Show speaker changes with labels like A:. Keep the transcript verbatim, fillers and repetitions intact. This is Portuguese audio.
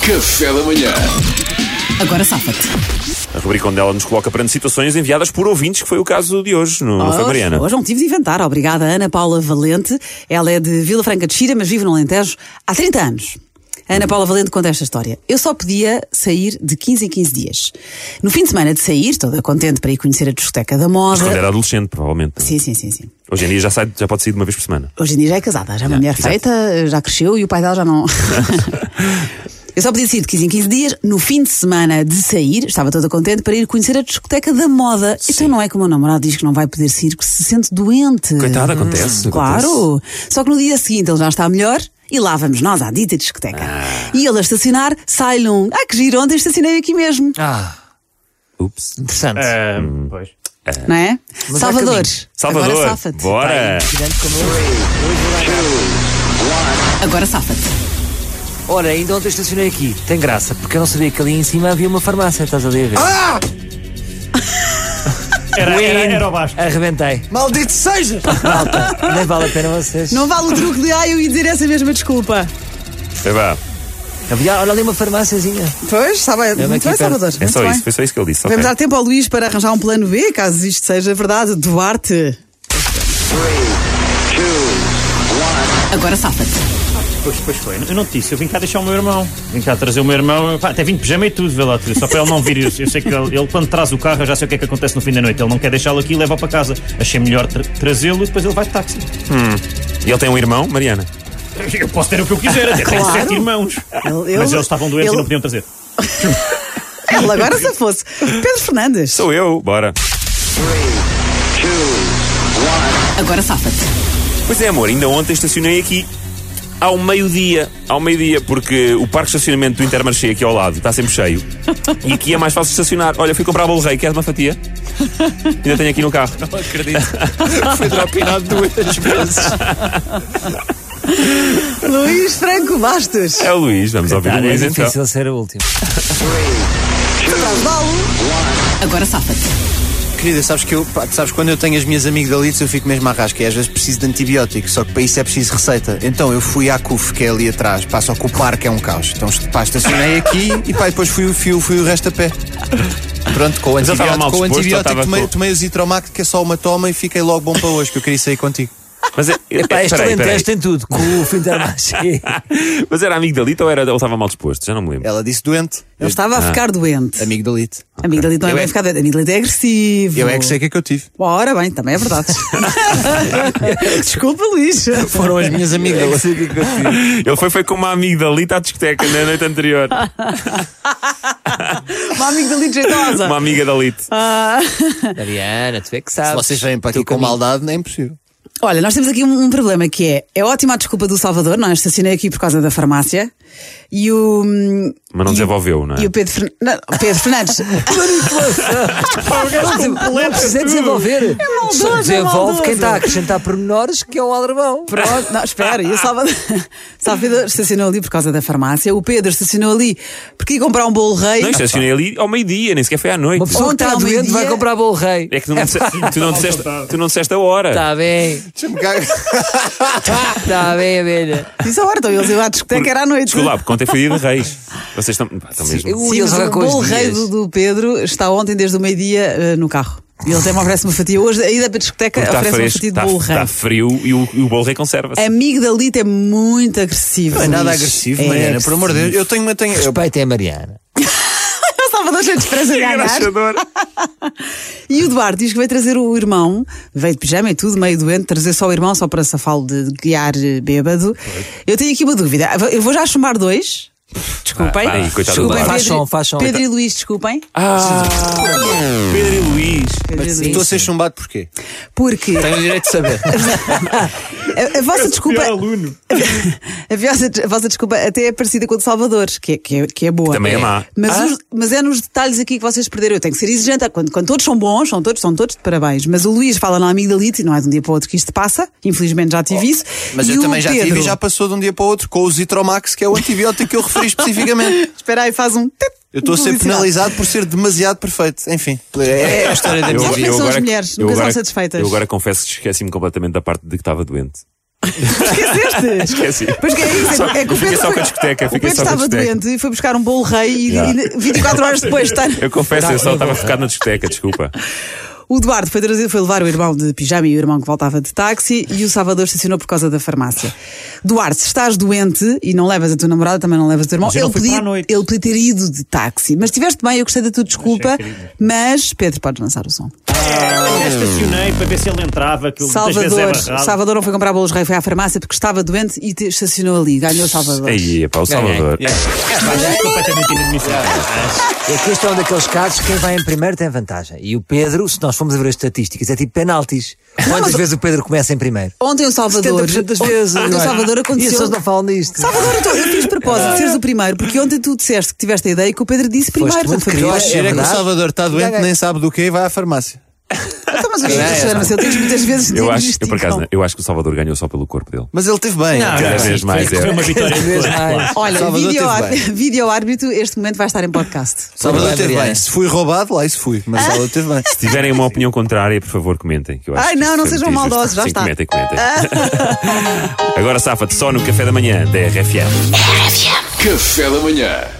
A: Café da manhã.
B: Agora safa-te.
C: A rubrica onde ela nos coloca perante situações enviadas por ouvintes, que foi o caso de hoje, no, não foi, Mariana?
B: Hoje não tive de inventar. Obrigada, Ana Paula Valente. Ela é de Vila Franca de Xira, mas vive no Alentejo há trinta anos. A Ana Paula Valente conta esta história. Eu só podia sair de quinze em quinze dias. No fim de semana de sair, toda contente para ir conhecer a discoteca da moda.
C: Quando era adolescente, provavelmente.
B: Sim, sim, sim, sim.
C: Hoje em dia já, sai, já pode sair de uma vez por semana.
B: Hoje em dia já é casada, já é uma
C: Já,
B: mulher
C: exato.
B: feita, já cresceu e o pai dela já não... Eu só podia sair de quinze em quinze dias. No fim de semana de sair, estava toda contente para ir conhecer a discoteca da moda.
C: Sim.
B: Então não é que o meu namorado diz que não vai poder sair porque se sente doente.
C: Coitada, acontece.
B: Claro.
C: Acontece.
B: Só que no dia seguinte ele já está melhor e lá vamos nós à dita discoteca.
C: Ah.
B: E ele a estacionar, sai-lhe um... Ah, que giro, ontem estacionei aqui mesmo.
D: Ah,
C: Ups.
D: interessante.
E: Ah, pois.
B: Não é?
D: Mas
B: Salvador.
D: há
C: Salvador,
B: Agora safa-te.
C: bora!
D: Tirando como eu.
B: Agora safa-te.
D: Ora, ainda ontem estacionei aqui. Tem graça, porque eu não sabia que ali em cima havia uma farmácia. Estás ali a ver?
E: Ah! Era, era, era o Vasco.
D: Arrebentei.
E: Maldito seja!
D: Malta, nem vale a pena vocês.
B: Não vale o truque de ai eu ia dizer essa mesma desculpa.
C: É vá.
D: Havia, olha ali uma farmáciazinha.
B: Pois, está bem. Muito
D: aqui
B: bem,
D: perto.
B: Salvador.
C: É
B: Muito
C: só
B: bem.
C: isso, foi só isso que ele disse.
B: Vamos
C: ok.
B: dar tempo ao Luís para arranjar um plano B, caso isto seja verdade. Duarte. Agora safa-te.
E: Pois, pois foi. Eu não te disse, eu vim cá deixar o meu irmão. Vim cá trazer o meu irmão. Pá, até vim de pijama e tudo, vê lá tudo. Só para ele não vir. Eu, eu sei que ele, ele, quando traz o carro, eu já sei o que é que acontece no fim da noite. Ele não quer deixá-lo aqui e leva-o para casa. Achei melhor tra- trazê-lo e depois ele vai de táxi.
C: E ele tem um irmão, Mariana?
E: Eu posso ter o que eu quiser, até tenho
B: Claro.
E: sete irmãos.
B: Ele-
E: Mas
B: ele-
E: eles estavam doentes
B: ele-
E: e não podiam trazer.
B: Ele agora se fosse. Pedro Fernandes.
C: Sou eu, bora.
B: Agora safa-te.
C: Pois é, amor, ainda ontem estacionei aqui ao meio-dia, ao meio-dia, porque o parque de estacionamento do Intermarché aqui ao lado está sempre cheio e aqui é mais fácil estacionar. Olha, fui comprar bolo rei, queres uma fatia? Ainda tenho aqui no carro.
D: Não acredito. Foi dropinado duas vezes.
B: Luís Franco Bastos.
C: É o Luís, vamos ouvir o
D: É
C: Luís então.
D: difícil ser o último.
B: Agora safa-te.
F: Querida, sabes que eu, pá, sabes quando eu tenho as minhas amigdalites eu fico mesmo à rasca e às vezes preciso de antibiótico, só que para isso é preciso receita. Então eu fui à C U F, que é ali atrás, pá, só que o parque é um caos. Então pá, estacionei aqui e pá, depois fui, fui, fui o resto a pé. Pronto, com o
C: Mas ele estava
F: antibiótico,
C: mal
F: com o
C: disposto,
F: antibiótico
C: ou estava
F: tomei,
C: com-
F: tomei o Zitromac, que é só uma toma e fiquei logo bom para hoje, que eu queria sair contigo.
C: Mas, é, é,
D: Epá, este
C: peraí, peraí.
D: Alentejo tem tudo. Com o fim de Intermarché.
C: Mas era amigo da Lita ou era, ele estava mal disposto? Já não me lembro.
F: Ela disse doente.
B: Ele estava a ficar doente.
F: Amigdalite.
B: Amigdalite não é
F: Eu
B: bem
F: é-
B: ficar doente. Amigdalite é agressivo.
F: Eu é que sei o que é que eu tive.
B: Ora bem, também é verdade. Desculpa, Luís.
F: Foram as minhas amigdalas.
C: Ele foi, foi com uma amiga da Lita à discoteca na noite anterior.
B: Uma amigdalite jeitosa.
C: Uma amiga da Lita.
B: Ah.
D: Mariana, tu é que
F: Se
D: sabes.
F: vocês vêm para aqui
D: Tu
F: com
D: caminho.
F: maldade, nem é impossível.
B: Olha, nós temos aqui um, um problema que é, é ótima a desculpa do Salvador, não é? Estacionei aqui por causa da farmácia e o...
C: Mas não
B: e o-
C: desenvolveu, não é?
B: E o Pedro, Fern... não, Pedro Fernandes.
D: Não precisa desenvolver.
B: maldoso,
D: Só
B: é
D: desenvolve
B: maldoso.
D: quem está a acrescentar pormenores, que é o aldrabão.
B: Pronto, não, espera, e o Salvador, Salvador estacionou ali por causa da farmácia, o Pedro estacionou ali porque ia comprar um bolo rei.
C: Não, estacionei ali ao meio-dia, nem sequer foi à noite.
D: Uma pessoa que
B: Ontem
D: está
B: ao
D: doente
B: meio-dia-
D: vai comprar bolo rei.
C: É que tu não, disse- tu não, disseste, tu não disseste a hora.
D: Está bem.
F: Deixa-me cá.
D: Está bem, abelha.
B: Disse a hora, então eles iam à discoteca, era à noite.
C: Desculpa lá, porque ontem foi dia de reis. Vocês estão, pá, estão mesmo.
D: Ui,
B: Sim,
D: eles
B: mas
D: jogam
B: o
D: com os
B: bolo rei
D: dias.
B: do, do Pedro está ontem desde o meio-dia eh, no carro. E ele até me oferece uma fatia. Hoje, a ida para a discoteca,
C: Porque está
B: oferece uma
C: fresco,
B: fatia de
C: está,
B: bolo rei.
C: está frio e o, e o bolo rei conserva-se.
B: A amigdalite é muito agressivo.
F: Não é nada
B: Luís.
F: agressivo,
B: É
F: Mariana, por amor de Deus. Eu tenho uma. Tenho, eu,
D: Respeita é a Mariana.
B: O Salvador cheio de esperança de ganhar.
C: Engraxador.
B: E o Duarte diz que veio trazer o irmão, veio de pijama e tudo, meio doente, trazer só o irmão, só para safá-lo de guiar eh, bêbado. Eu tenho aqui uma dúvida. Eu vou já chamar dois. Desculpem.
C: Ah, vai, coitado do
B: desculpem,
C: Duarte.
D: Faz
B: Pedro,
D: som, faz som.
B: Pedro e Luís, desculpem.
C: Ah, Pedro e Luís.
B: Pedro e Luís.
F: estou a ser chumbado porquê?
B: Porque
F: Tenho o direito de saber.
B: a, a vossa desculpa.
E: Pior aluno.
B: A vossa, a vossa desculpa até é parecida com a de Salvador, que é, que é, que é boa.
C: Também é má.
B: Mas,
C: Ah?
B: os- mas é nos detalhes aqui que vocês perderam. Eu tenho que ser exigente. Quando, quando todos são bons, são todos, são todos de parabéns. Mas o Luís fala na amigdalite e não é de um dia para o outro que isto passa. Infelizmente já tive isso.
F: Mas
B: E
F: eu
B: o
F: também já
B: Pedro,
F: tive e já passou de um dia para o outro com o Zitromax, que é o antibiótico que eu referi especificamente.
B: Espera aí, faz um.
F: Eu estou a ser
B: Publicidade.
F: penalizado por ser demasiado perfeito. Enfim, é a história da minha
B: Sabes como é
F: vida.
B: que são as mulheres?
C: eu
B: Nunca são
C: agora-
B: satisfeitas.
C: Eu agora confesso que esqueci-me completamente da parte de que estava doente.
B: Esqueceste?
C: Esqueci.
B: Pois que é isso,
C: Só-
B: é que o
C: fiquei
B: Pedro,
C: só com a
B: foi-
C: discoteca,
B: o
C: fiquei
B: Pedro
C: só com a
B: estava
C: discoteca.
B: doente e foi buscar um bolo rei e,
C: Yeah.
B: e vinte e quatro horas depois está.
C: Eu confesso, eu só estava focado na discoteca, desculpa.
B: O Eduardo foi trazer, foi levar o irmão de pijama e o irmão que voltava de táxi e o Salvador estacionou por causa da farmácia. Duarte, se estás doente e não levas a tua namorada, também não levas o teu irmão,
E: Mas eu não
B: ele
E: fui
B: podia,
E: para a noite.
B: ele podia ter ido de táxi. Mas estiveste bem, eu gostei da tua desculpa,
E: Achei querido.
B: mas Pedro, podes lançar o som.
E: Eu estacionei para ver se ele entrava, que eu muitas vezes é
B: Salvador,
E: barrado.
B: Salvador não foi comprar bolos rei, foi à farmácia porque estava doente e te estacionou ali. Ganhou o Salvador.
C: Aí, pá, o Salvador.
E: É completamente inadmissível.
D: E aqui este é um daqueles casos que quem vai em primeiro tem vantagem. E o Pedro, se nós formos a ver as estatísticas, é tipo penaltis. Quantas vezes o Pedro começa em primeiro?
B: Ontem o Salvador.
D: setenta por cento das vezes.
B: Ontem o Salvador
D: E as
B: aconteceu.
D: pessoas não falam nisto.
B: Salvador, eu, tô- eu fiz propósito de seres o primeiro, porque ontem tu disseste que tiveste a ideia que o Pedro disse primeiro.
D: muito
B: portanto, foi
D: querido.
F: Eu
B: pior.
F: acho
D: É
F: que é que o
D: verdade.
F: Salvador está doente,
D: Ganhei.
F: nem sabe do que e vai à farmácia.
B: Então, mas o que
F: É,
B: é que chama-se? Ele tens muitas vezes
C: Eu acho,
B: isto,
C: eu por acaso,
B: então.
C: não. eu acho que o Salvador ganhou só pelo corpo dele.
F: Mas ele teve bem.
E: Não,
C: Cada
E: não,
C: vez
E: sim,
C: mais
E: foi,
C: é.
E: foi uma vitória
D: Cada vez
E: de cor,
D: mais.
E: claro.
B: Olha,
F: Salvador
B: vídeo,
F: teve
B: ar-
F: bem.
B: vídeo árbitro, este momento vai estar em podcast.
F: Salvador
D: Foi
F: teve
D: bem,
F: bem. Se fui roubado, lá isso fui. Mas Salvador teve bem.
C: Se tiverem uma opinião contrária, por favor, comentem. Que eu acho
B: Ai,
C: que
B: não,
C: isto
B: não
C: foi
B: sejam
C: muito injusto.
B: maldosos, já
C: Sim,
B: está.
C: comentem, comentem. Agora safa-te só no café da manhã da R F M.
A: Café da manhã.